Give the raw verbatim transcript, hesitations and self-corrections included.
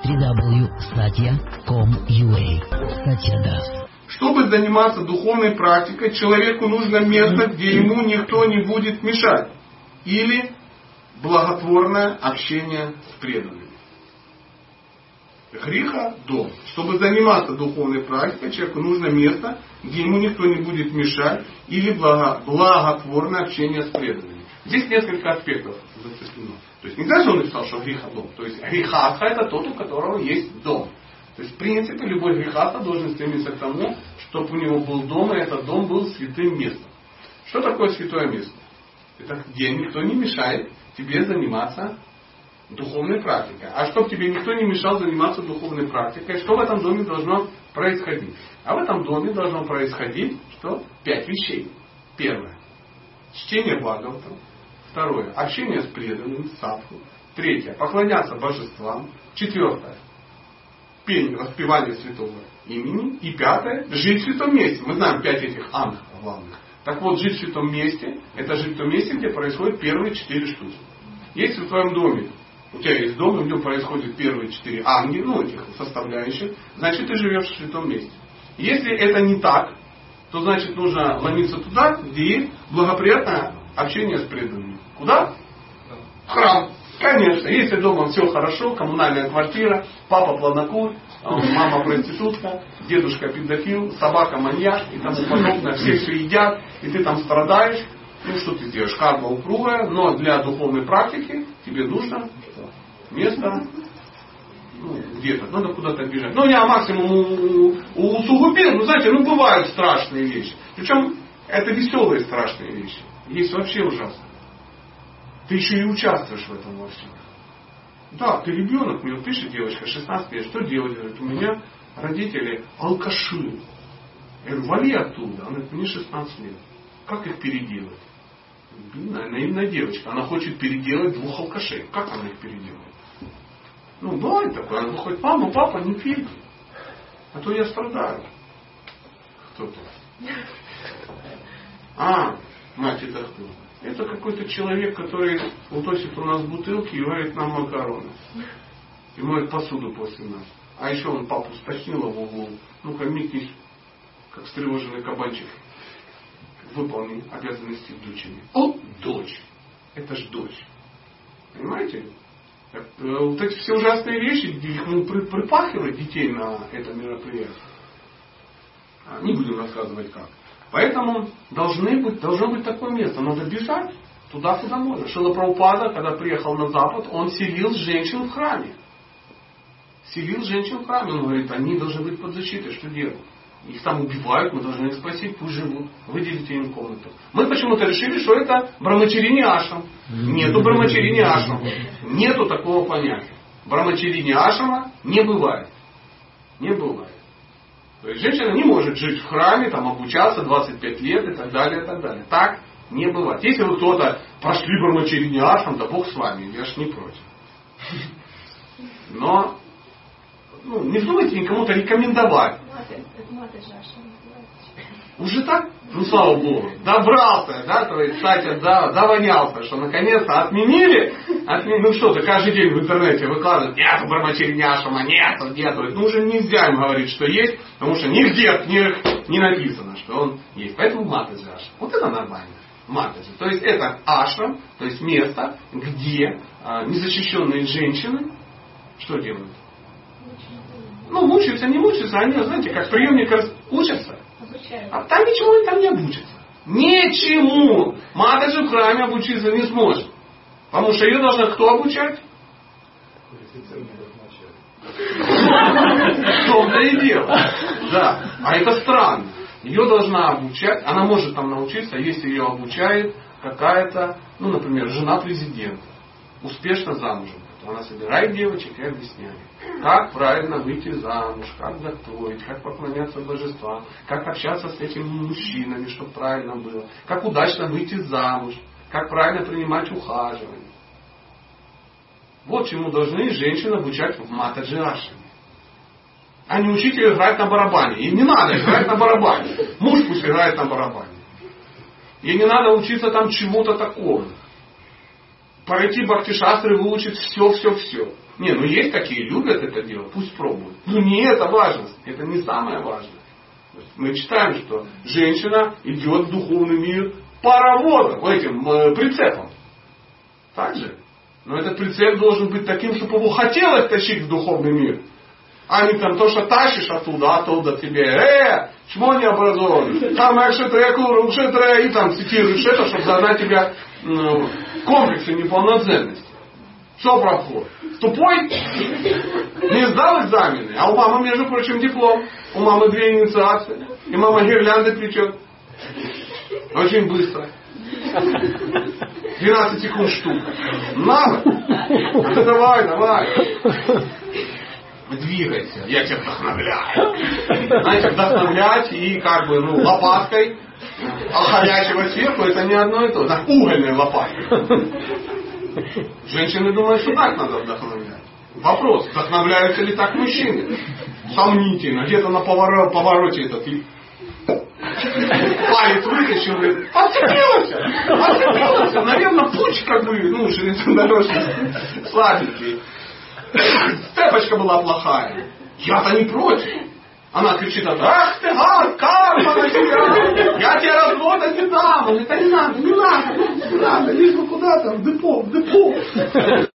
три дабл ю точка сатья точка ком точка ю а. Сатья Дас. Чтобы заниматься духовной практикой, человеку нужно место, где ему никто не будет мешать. Или благотворное общение с преданными. Гриха – дом. Чтобы заниматься духовной практикой, человеку нужно место, где ему никто не будет мешать, или благо, благотворное общение с преданными. Здесь несколько аспектов зацеплено. То есть не даже он написал, что гриха дом. То есть грихаста – это тот, у которого есть дом. То есть в принципе любой грихаста должен стремиться к тому, чтобы у него был дом, и этот дом был святым местом. Что такое святое место? Это где никто не мешает тебе заниматься духовной практикой. А чтобы тебе никто не мешал заниматься духовной практикой, что в этом доме должно происходить? А в этом доме должно происходить что? Пять вещей. Первое. Чтение Бхагавата. Второе. Общение с преданными, садху. Третье. Поклоняться божествам. Четвертое. Пение, воспевание святого имени. И пятое. Жить в святом месте. Мы знаем пять этих ангелов главных. Так вот, жить в святом месте, это жить в том месте, где происходят первые четыре штуки. Если в твоем доме, у тебя есть дом, в нем происходят первые четыре ангела, ну, этих составляющих, значит, ты живешь в святом месте. Если это не так, то значит, нужно ломиться туда, где есть благоприятное общение с преданными. Куда? В храм. Конечно. Если дома все хорошо, коммунальная квартира, папа планокур, мама проститутка, дедушка педофил, собака маньяк и тому подобное, все все едят, и ты там страдаешь, ну что ты делаешь? Карма упругая, но для духовной практики тебе нужно место, ну, где-то, надо куда-то бежать. Ну, я максимум усугубил, ну, знаете, ну, бывают страшные вещи. Причем это веселые страшные вещи. Есть вообще ужасные. Ты еще и участвуешь в этом во всем. Да, ты ребенок, мне пишет девочка, шестнадцать лет, что делать? Говорит, у меня родители алкаши. Я говорю, вали оттуда. Она говорит, мне шестнадцать лет. Как их переделать? Наивная девочка. Она хочет переделать двух алкашей. Как она их переделает? Ну, бывает такое. Она выходит, мама, папа, не пейте. А то я страдаю. Кто-то. А, мать, это кто? Это какой-то человек, который утосит у нас бутылки и варит нам макароны. И моет посуду после нас. А еще он папу стащила в углу. Ну-ка, метнись, как встревоженный кабанчик. Выполни обязанности дочери. О, дочь. Это ж дочь. Понимаете? Вот эти все ужасные вещи, где их ну, припахивать детей на это мероприятие. Не будем рассказывать как. Поэтому должны быть, должно быть такое место. Надо бежать туда, куда можно. Шрила Прабхупада, когда приехал на Запад, он селил женщин в храме. Селил женщин в храме. Он говорит, они должны быть под защитой. Что делать? Их там убивают, мы должны их спасти, пусть живут. Выделите им комнату. Мы почему-то решили, что это Брахмачарини ашрам. Нету Брахмачарини ашрама. Нету такого понятия. Брахмачарини ашрама не бывает. Не бывает. То есть женщина не может жить в храме, там обучаться двадцать пять лет и так далее, и так далее. Так не бывает. Если вы кто-то прошли Брахмачарини ашрам, да Бог с вами, я ж не против. Но ну, не вздумайте никому-то рекомендовать. Уже так? Ну, слава Богу. Добрался, да, то есть, кстати, да, завонялся, что наконец-то отменили. отменили. Ну что ты каждый день в интернете выкладывают, нету Брахмачарини ашрама, нету, нету. Ну, уже нельзя им говорить, что есть, потому что нигде в книгах не написано, что он есть. Поэтому Матаджи ашрам. Вот это нормально. Матаджи. То есть это ашрам, то есть место, где а, незащищенные женщины что делают? Ну, мучаются, не мучаются, они, знаете, как приемник учатся. А там ничего они там не обучатся. Ничему. Матаджи в храме обучиться не сможет. Потому что ее должна кто обучать? В том-то и дело. Да. А это странно. Ее должна обучать, она может там научиться, если ее обучает какая-то, ну, например, жена президента. Успешно замужем. Она собирает девочек и объясняет, как правильно выйти замуж, как готовить, как поклоняться божествам, как общаться с этими мужчинами, чтобы правильно было, как удачно выйти замуж, как правильно принимать ухаживание. Вот чему должны женщины обучать в Матаджи ашраме. А не учитель играть на барабане. Им не надо играть на барабане. Муж пусть играет на барабане. Ей не надо учиться там чему-то такому. Пройти бхакти-шастры, выучить все, все, все. Не, ну есть такие, любят это дело, пусть пробуют. Ну не это важность, это не самое важное. То есть мы читаем, что женщина идет в духовный мир паровозом, этим э, прицепом. Так же? Но этот прицеп должен быть таким, чтобы его хотелось тащить в духовный мир. А не там то, что тащишь оттуда, оттуда тебе, э, чмо не образованный, там экшетреку, рушетре, и там цитируешь это, чтобы загнать тебя ну, в комплексы неполноценности. Все проходит. Тупой не сдал экзамены, а у мамы, между прочим, диплом. У мамы две инициации. И мама гирлянды плетет. Очень быстро. двенадцать секунд штука. Надо? Давай, давай. Двигайся. Я тебя вдохновляю. Знаете, вдохновлять и как бы ну, лопаткой охотячивать сверху, это не одно и то. Да, угольной лопаткой. Женщины думают, что так надо вдохновлять. Вопрос, вдохновляются ли так мужчины? Сомнительно. Где-то на повороте, повороте этот палец вытащил и подцепился. Подцепился. Наверное, путь как бы, ну, железнодорожный, слабенький. Цепочка была плохая. Я-то не против. Она кричит, ах ты гад, карма на тебя, я тебе работать не дам. Он говорит, да не надо, не надо, не надо, лишь бы куда-то, в депо, в депо.